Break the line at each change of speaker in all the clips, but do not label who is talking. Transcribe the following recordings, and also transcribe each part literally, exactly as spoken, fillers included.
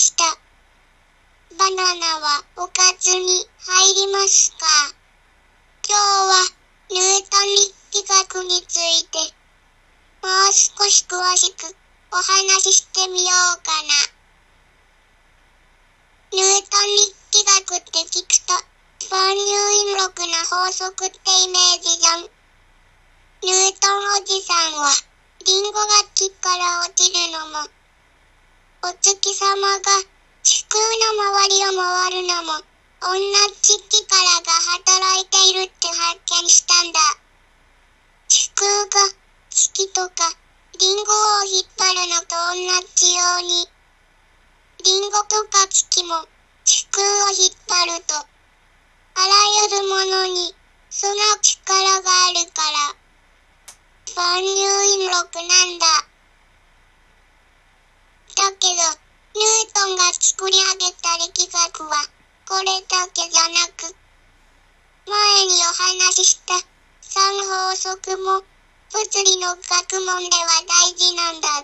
した。バナナはおかずに入りますか？今日はニュートン力学についてもう少し詳しくお話ししてみようかな。ニュートン力学って聞くと万有引力な法則ってイメージじゃん。ニュートンおじさんはリンゴが木から落ちるのも、お月様が地球の周りを回るのも同じ力が働いているって発見したんだ。地球が月とかリンゴを引っ張るのと同じように、リンゴとか月も地球を引っ張ると、あらゆるものにその力があるから、万有引力なんだ。だけど、ニュートンが作り上げた力学は、これだけじゃなく、前にお話しした三法則も、物理の学問では大事なんだ。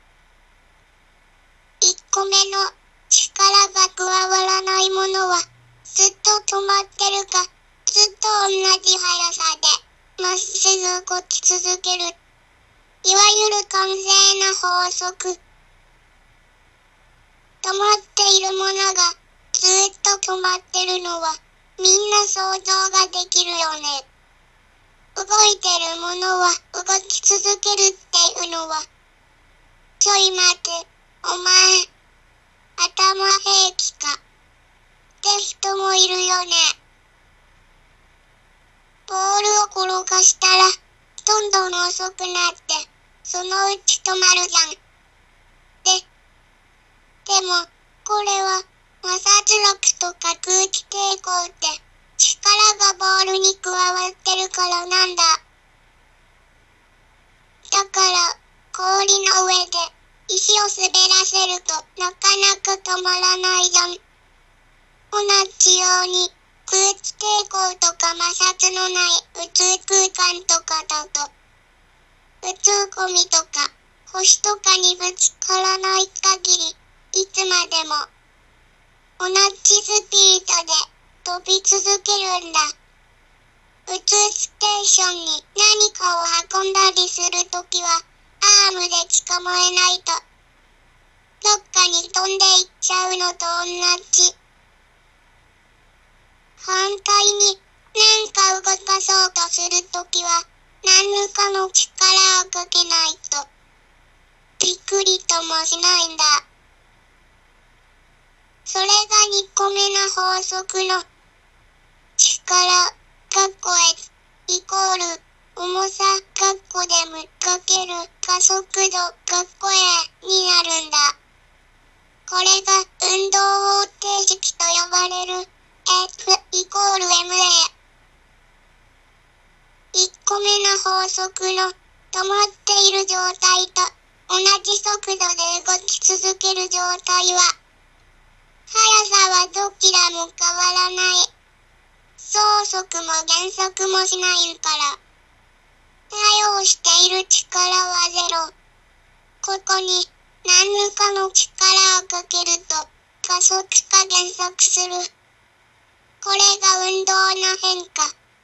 いっこめの力が加わらないものは、ずっと止まってるか、ずっと同じ速さで、まっすぐ動き続ける。いわゆる完成な法則。止まっているものがずっと止まってるのはみんな想像ができるよね。動いてるものは動き続けるっていうのは、ちょい待て、お前、頭平気かって人もいるよね。ボールを転がしたらどんどん遅くなってそのうち止まるじゃん。で、でもこれは摩擦力とか空気抵抗って力がボールに加わってるからなんだ。だから氷の上で石を滑らせるとなかなか止まらないじゃん。同じように空気抵抗とか摩擦のない宇宙空間とかだと、宇宙ゴミとか星とかにぶつからない限り、いつまでも同じスピードで飛び続けるんだ。宇宙ステーションに何かを運んだりするときはアームで捕まえないと、どっかに飛んでいっちゃうのと同じ。反対に何か動かそうとするときは何らかの力をかけないとびっくりともしないんだ。それがにこめの法則の力かっこ F イコール重さかっこでむかける加速度かっこ A になるんだ。これが運動方程式と呼ばれる F イコール エムエー。いっこめの法則の止まっている状態と同じ速度で動き続ける状態は、速さはどちらも変わらない。相続も減速もしないから。作用している力はゼロ。ここに何らかの力をかけると加速か減速する。これが運動の変化。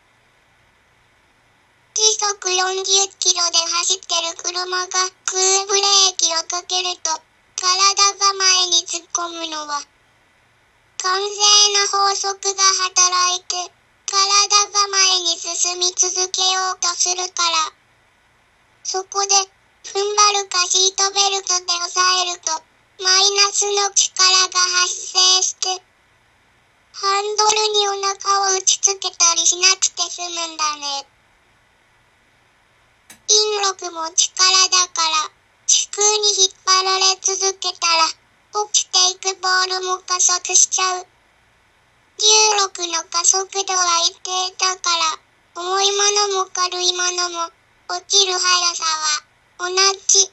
時速よんじゅっキロで走ってる車が空ブレーキをかけると体が前に突っ込むのは完成な法則が働いて体が前に進み続けようとするから。そこで踏ん張るかシートベルトで押さえるとマイナスの力が発生してハンドルにお腹を打ちつけたりしなくて済むんだね。引力も力だから地球に引っ張られ続けたら落ちていくボールも加速しちゃう。重力の加速度は一定だから重いものも軽いものも落ちる速さは同じ。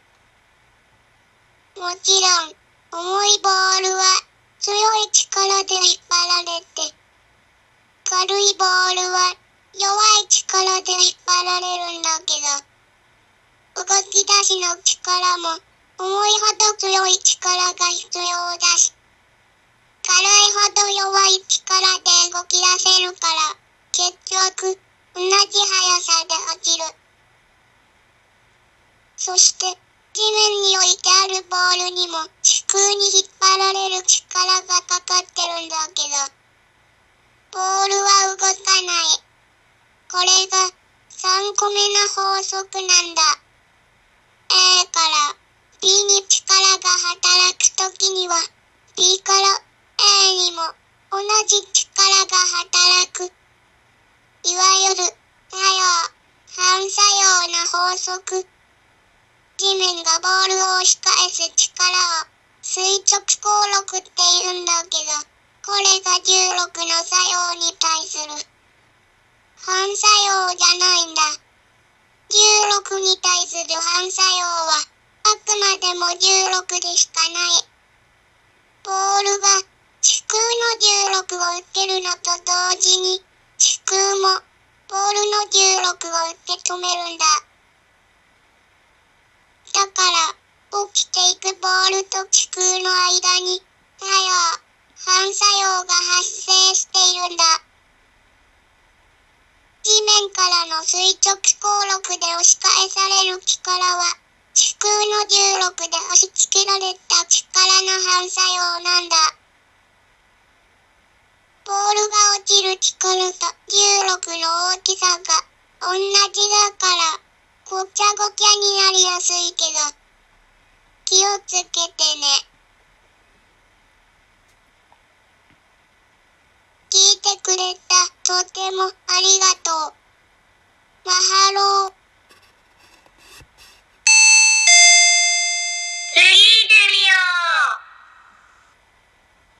もちろん重いボールは強い力で引っ張られて、軽いボールは弱い力で引っ張られるんだけど、動き出しの力も重いほど強い力が必要だし、軽いほど弱い力で動き出せるから、結局、同じ速さで落ちる。そして、地面に置いてあるボールにも時空に引っ張られる力がかかってるんだけど、ボールは動かない。これがさんこめの法則なんだ。A から B に力が働くときには B から A にも同じ力が働く。いわゆる作用、反作用の法則。地面がボールを押し返す力を垂直抗力って言うんだけど、これが重力の作用に対する反作用じゃないんだ。重力に対する反作用はあくまでも重力でしかない。ボールが時空の重力を受けるのと同時に時空もボールの重力を受け止めるんだ。だから起きていくボールと時空の間に作用、反作用が発生しているんだ。地面からの垂直抗力で押し返される力は時空の重力で押し付けられた力の反作用なんだ。ボールが落ちる力と重力の大きさが同じだからごちゃごちゃになりやすいけど、気をつけてね。聞いてくれた、とてもありがとう。マハロー。